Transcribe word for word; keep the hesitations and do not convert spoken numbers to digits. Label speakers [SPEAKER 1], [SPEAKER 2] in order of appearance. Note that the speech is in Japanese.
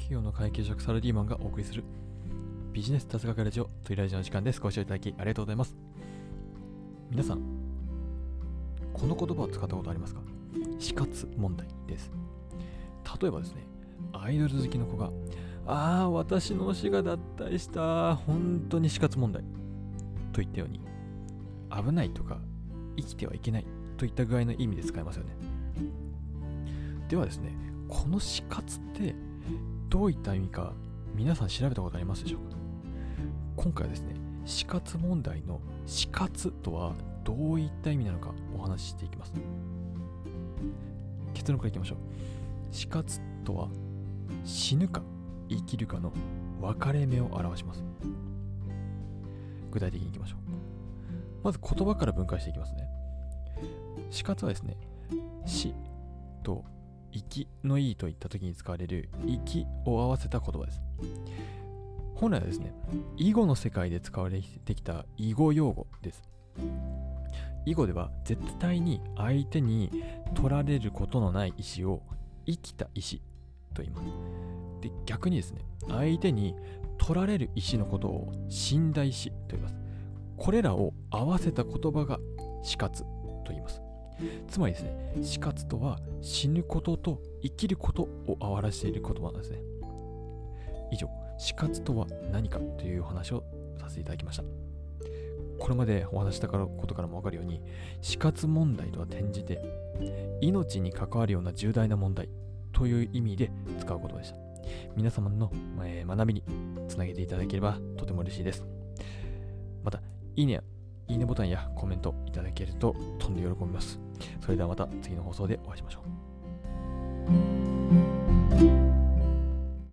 [SPEAKER 1] 企業の会計職サラリーマンがお送りするビジネス雑学ラジオというラジオの時間です。ご視聴いただきありがとうございます。皆さん、この言葉を使ったことありますか？死活問題です。例えばですね、アイドル好きの子が、ああ、私の推しが脱退した、本当に死活問題といったように、危ないとか生きてはいけないといった具合の意味で使えますよね。ではですね、この死活ってどういった意味か皆さん調べたことありますでしょうか？今回はですね、死活問題の死活とはどういった意味なのかお話ししていきます。結論からいきましょう。死活とは死ぬか生きるかの分かれ目を表します。具体的にいきましょう。まず言葉から分解していきますね。死活はですね、死と生きのいいといった時に使われる生きを合わせた言葉です。本来はですね、囲碁の世界で使われてきた囲碁用語です。囲碁では絶対に相手に取られることのない石を生きた石と言います。で、逆にですね、相手に取られる石のことを死んだ石と言います。これらを合わせた言葉が死活と言います。つまりですね、死活とは死ぬことと生きることを表している言葉なんですね。以上、死活とは何かというお話をさせていただきました。これまでお話したことからも分かるように、死活問題とは転じて命に関わるような重大な問題という意味で使うことでした。皆様の、えー、学びにつなげていただければとても嬉しいです。また、いいねやいいねボタンやコメントいただけるととんで喜びます。それではまた次の放送でお会いしましょう。